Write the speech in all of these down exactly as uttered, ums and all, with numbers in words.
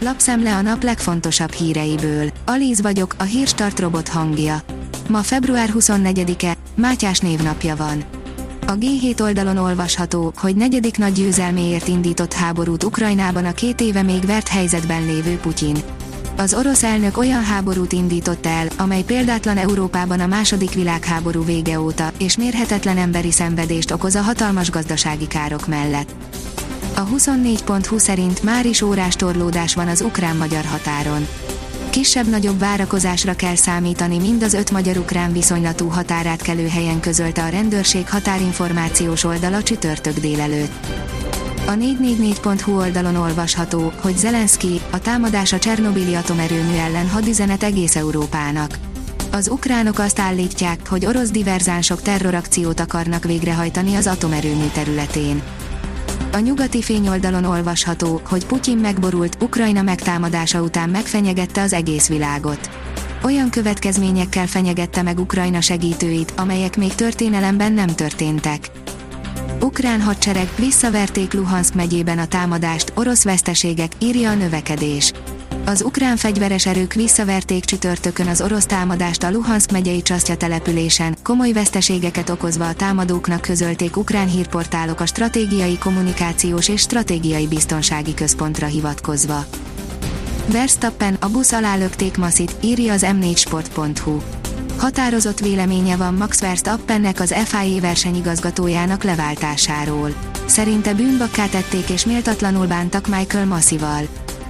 Lapszemle a nap legfontosabb híreiből. Alíz vagyok, a Hírstart robot hangja. Ma február huszonnegyedike, Mátyás névnapja van. A gé hét oldalon olvasható, hogy negyedik nagy győzelméért indított háborút Ukrajnában a két éve még vert helyzetben lévő Putyin. Az orosz elnök olyan háborút indított el, amely példátlan Európában a második világháború vége óta, és mérhetetlen emberi szenvedést okoz a hatalmas gazdasági károk mellett. A huszonnégy pont hu szerint már is órás torlódás van az ukrán-magyar határon. Kisebb-nagyobb várakozásra kell számítani mind az öt magyar-ukrán viszonylatú határátkelőhelyen, közölte a rendőrség határinformációs oldala csütörtök délelőtt. A négy négy négy pont hu oldalon olvasható, hogy Zelenszky, a támadás a Csernobili atomerőmű ellen hadüzenet egész Európának. Az ukránok azt állítják, hogy orosz diverzánsok terrorakciót akarnak végrehajtani az atomerőmű területén. A nyugati fényoldalon olvasható, hogy Putyin megborult, Ukrajna megtámadása után megfenyegette az egész világot. Olyan következményekkel fenyegette meg Ukrajna segítőit, amelyek még történelemben nem történtek. Ukrán hadsereg, visszaverték Luhanszk megyében a támadást, orosz veszteségek, írja a növekedés. Az ukrán fegyveres erők visszaverték csütörtökön az orosz támadást a Luhanszk megyei Csasztya településen, komoly veszteségeket okozva a támadóknak, közölték ukrán hírportálok a stratégiai kommunikációs és stratégiai biztonsági központra hivatkozva. Verstappen, a busz alá lökték Masit, írja az em négy sport pont hu. Határozott véleménye van Max Verstappennek az ef i á versenyigazgatójának leváltásáról. Szerinte bűnbakká tették és méltatlanul bántak Michael Masival.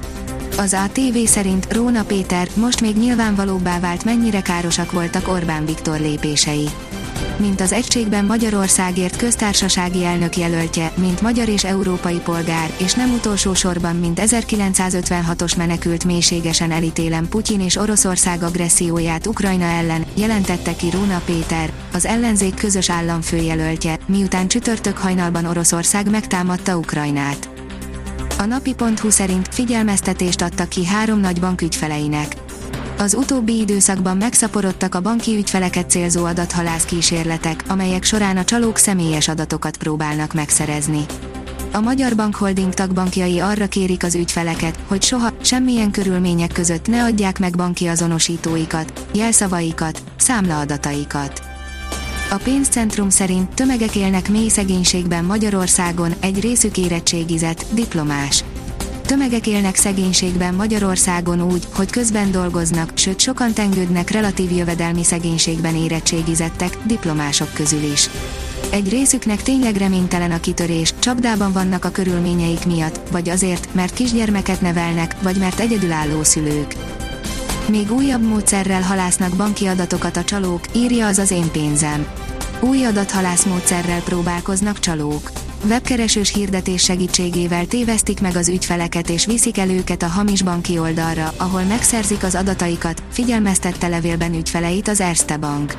Az á té vé szerint Róna Péter, most még nyilvánvalóbbá vált, mennyire károsak voltak Orbán Viktor lépései. Mint az Egységben Magyarországért köztársasági elnök jelöltje, mint magyar és európai polgár, és nem utolsó sorban, mint ezerkilencszázötvenhatos menekült, mélységesen elítélem Putyin és Oroszország agresszióját Ukrajna ellen, jelentette ki Róna Péter, az ellenzék közös államfőjelöltje, miután csütörtök hajnalban Oroszország megtámadta Ukrajnát. A napi pont hu szerint figyelmeztetést adtak ki három nagy bank ügyfeleinek. Az utóbbi időszakban megszaporodtak a banki ügyfeleket célzó adathalász kísérletek, amelyek során a csalók személyes adatokat próbálnak megszerezni. A Magyar Bank Holding tagbankjai arra kérik az ügyfeleket, hogy soha, semmilyen körülmények között ne adják meg banki azonosítóikat, jelszavaikat, számlaadataikat. A pénzcentrum szerint tömegek élnek mély szegénységben Magyarországon, egy részük érettségizett, diplomás. Tömegek élnek szegénységben Magyarországon úgy, hogy közben dolgoznak, sőt sokan tengődnek relatív jövedelmi szegénységben érettségizettek, diplomások közül is. Egy részüknek tényleg reménytelen a kitörés, csapdában vannak a körülményeik miatt, vagy azért, mert kisgyermeket nevelnek, vagy mert egyedülálló szülők. Még újabb módszerrel halásznak banki adatokat a csalók, írja az az Én pénzem. Új adathalász módszerrel próbálkoznak csalók. Webkeresős hirdetés segítségével tévesztik meg az ügyfeleket és viszik el őket a hamis banki oldalra, ahol megszerzik az adataikat, figyelmeztette levélben ügyfeleit az Erste Bank.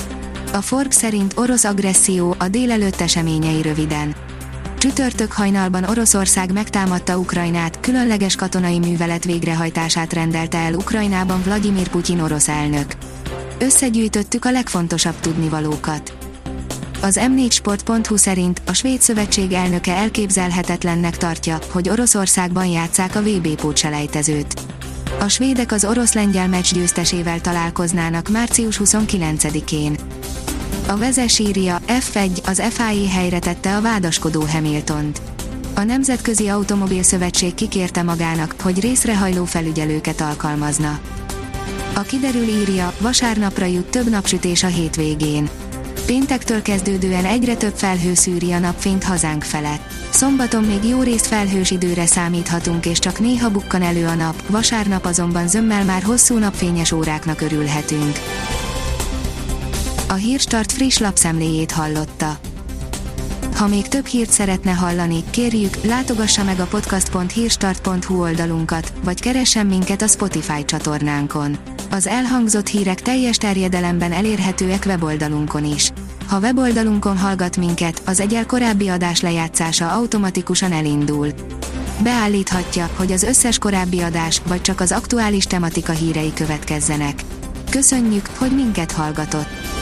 A Forbes szerint orosz agresszió, a délelőtt eseményei röviden. Csütörtök hajnalban Oroszország megtámadta Ukrajnát, különleges katonai művelet végrehajtását rendelte el Ukrajnában Vladimir Putyin orosz elnök. Összegyűjtöttük a legfontosabb tudnivalókat. Az em négy sport pont hu szerint a svéd szövetség elnöke elképzelhetetlennek tartja, hogy Oroszországban játsszák a vé bé pótselejtezőt. A svédek az orosz-lengyel meccs győztesével találkoznának március huszonkilencedikén. A Vezes írja, ef egy, az ef i á helyre tette a vádaskodó Hamiltont. A Nemzetközi Automobil Szövetség kikérte magának, hogy részrehajló felügyelőket alkalmazna. A Kiderül írja, vasárnapra jut több napsütés a hétvégén. Péntektől kezdődően egyre több felhő szűri a napfényt hazánk felett. Szombaton még jó részt felhős időre számíthatunk és csak néha bukkan elő a nap, vasárnap azonban zömmel már hosszú napfényes óráknak örülhetünk. A Hírstart friss lapszemléjét hallotta. Ha még több hírt szeretne hallani, kérjük, látogassa meg a podcast pont hírstart pont hu oldalunkat, vagy keressen minket a Spotify csatornánkon. Az elhangzott hírek teljes terjedelemben elérhetőek weboldalunkon is. Ha weboldalunkon hallgat minket, az egyel korábbi adás lejátszása automatikusan elindul. Beállíthatja, hogy az összes korábbi adás, vagy csak az aktuális tematika hírei következzenek. Köszönjük, hogy minket hallgatott!